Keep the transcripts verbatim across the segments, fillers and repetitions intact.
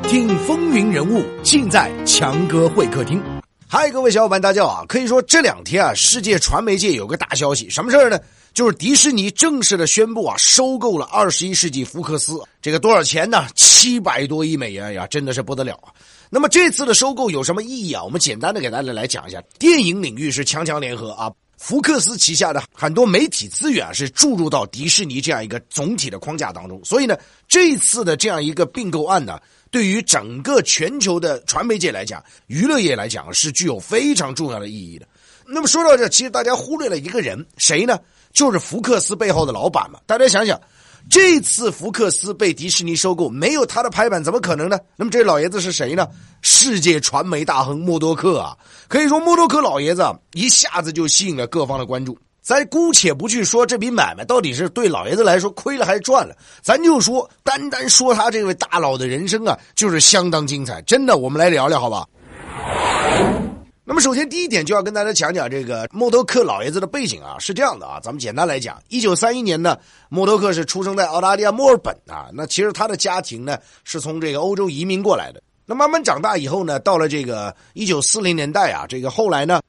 听风云人物，尽在强哥会客厅。嗨，各位小伙伴，大家好啊！可以说这两天啊，世界传媒界有个大消息，什么事儿呢？就是迪士尼正式的宣布啊，收购了二十一世纪福克斯。这个多少钱呢？七百多亿美元呀，真的是不得了啊！那么这次的收购有什么意义啊？我们简单的给大家来讲一下。电影领域是强强联合啊，福克斯旗下的很多媒体资源是注入到迪士尼这样一个总体的框架当中，所以呢，这次的这样一个并购案呢，对于整个全球的传媒界来讲，娱乐业来讲是具有非常重要的意义的。那么说到这，其实大家忽略了一个人，谁呢？就是福克斯背后的老板嘛。大家想想，这次福克斯被迪士尼收购，没有他的拍板怎么可能呢？那么这老爷子是谁呢？世界传媒大亨默多克啊！可以说默多克老爷子啊，一下子就吸引了各方的关注。咱姑且不去说这笔买卖到底是对老爷子来说亏了还是赚了，咱就说单单说他这位大佬的人生啊，就是相当精彩。真的，我们来聊聊好吧？那么首先第一点就要跟大家讲讲这个默多克老爷子的背景啊，是这样的啊，咱们简单来讲，一九三一年呢，默多克是出生在澳大利亚墨尔本啊，那其实他的家庭呢是从这个欧洲移民过来的。那慢慢长大以后呢，到了这个一九四零年代啊，这个后来呢，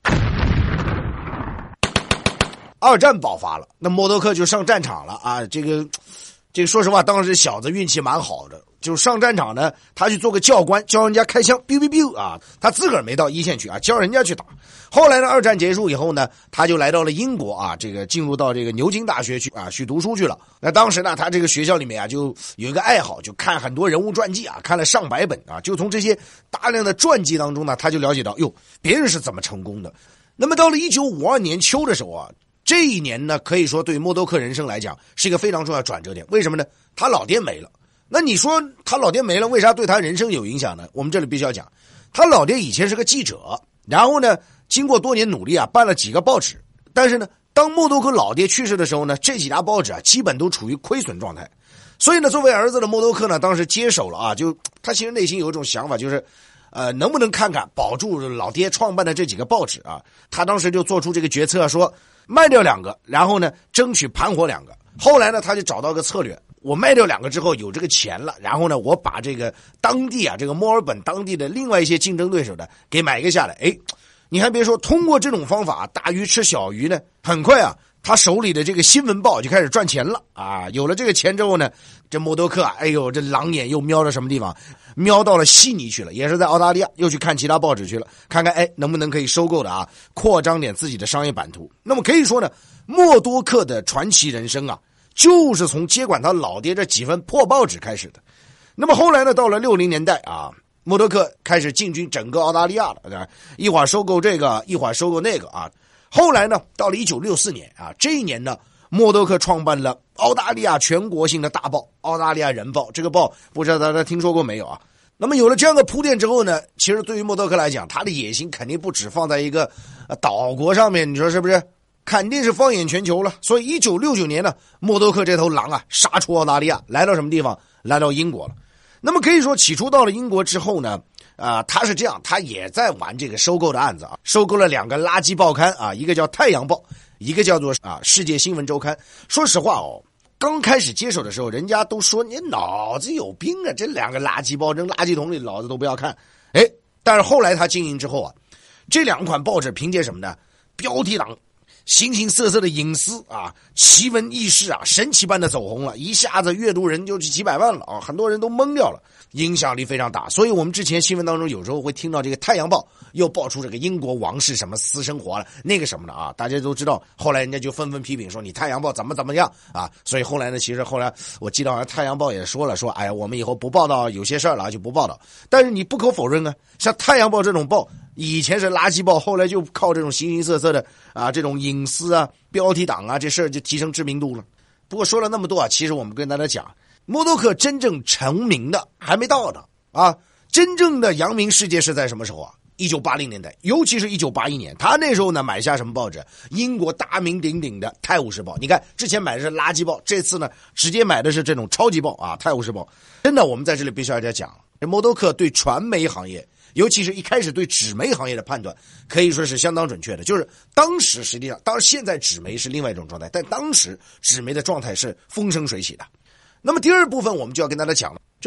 二战爆发了，那默多克就上战场了啊，这个这个说实话，当时小子运气蛮好的。就是上战场呢，他去做个教官，教人家开枪 biu biu biu 啊，他自个儿没到一线去啊，教人家去打。后来呢，二战结束以后呢，他就来到了英国啊，这个进入到这个牛津大学去啊，去读书去了。那当时呢，他这个学校里面啊，就有一个爱好，就看很多人物传记啊，看了上百本啊，就从这些大量的传记当中呢，他就了解到，哟，别人是怎么成功的。那么到了一九五二年秋的时候啊，这一年呢，可以说对于默多克人生来讲是一个非常重要的转折点。为什么呢？他老爹没了。那你说他老爹没了，为啥对他人生有影响呢？我们这里必须要讲，他老爹以前是个记者，然后呢，经过多年努力啊，办了几个报纸，但是呢，当默多克老爹去世的时候呢，这几家报纸啊，基本都处于亏损状态。所以呢，作为儿子的默多克呢，当时接手了啊，就他其实内心有一种想法，就是呃，能不能看看保住老爹创办的这几个报纸啊？他当时就做出这个决策，说卖掉两个，然后呢，争取盘活两个。后来呢，他就找到个策略。我卖掉两个之后有这个钱了，然后呢，我把这个当地啊，这个墨尔本当地的另外一些竞争对手的给买个下来。哎，你还别说，通过这种方法，大鱼吃小鱼呢，很快啊，他手里的这个新闻报就开始赚钱了啊！有了这个钱之后呢，这默多克啊，哎呦，这狼眼又瞄到什么地方？瞄到了悉尼去了，也是在澳大利亚，又去看其他报纸去了，看看哎能不能可以收购的啊，扩张点自己的商业版图。那么可以说呢，默多克的传奇人生啊，就是从接管他老爹这几份破报纸开始的。那么后来呢，到了六零年代啊，默多克开始进军整个澳大利亚了，一会儿收购这个，一会儿收购那个啊。后来呢，到了一九六四年啊，这一年呢，默多克创办了澳大利亚全国性的大报《澳大利亚人报》。这个报不知道大家听说过没有啊？那么有了这样的铺垫之后呢，其实对于默多克来讲，他的野心肯定不只放在一个岛国上面，你说是不是？肯定是放眼全球了。所以一九六九年呢，默多克这头狼啊杀出澳大利亚，来到什么地方？来到英国了。那么可以说起初到了英国之后呢，啊、呃，他是这样，他也在玩这个收购的案子啊，收购了两个垃圾报刊啊，一个叫《太阳报》，一个叫做啊《世界新闻周刊》。说实话哦，刚开始接手的时候，人家都说你脑子有病啊，这两个垃圾报扔垃圾桶里，老子都不要看。哎，但是后来他经营之后啊，这两款报纸凭借什么呢？标题党。形形色色的隐私啊，奇闻异事啊，神奇般的走红了，一下子阅读人就几百万了啊，很多人都懵掉了，影响力非常大。所以我们之前新闻当中有时候会听到这个《太阳报》又爆出这个英国王室什么私生活了，那个什么的啊，大家都知道。后来人家就纷纷批评说你《太阳报》怎么怎么样啊，所以后来呢，其实后来我记得好像《太阳报》也说了，说哎呀，我们以后不报道有些事儿了就不报道。但是你不可否认啊，像《太阳报》这种报。以前是垃圾报，后来就靠这种形形色色的啊，这种隐私啊、标题党啊，这事儿就提升知名度了。不过说了那么多啊，其实我们跟大家讲，默多克真正成名的还没到呢啊，真正的扬名世界是在什么时候啊？一九八零年代，尤其是一九八一年，他那时候呢买下什么报纸？英国大名鼎鼎的《泰晤士报》。你看之前买的是垃圾报，这次呢直接买的是这种超级报啊，《泰晤士报》。真的，我们在这里必须要讲，默多克对传媒行业。尤其是一开始对纸媒行业的判断可以说是相当准确的，就是当时实际上，当然现在纸媒是另外一种状态，但当时纸媒的状态是风生水起的。那么第二部分我们就要跟大家讲了，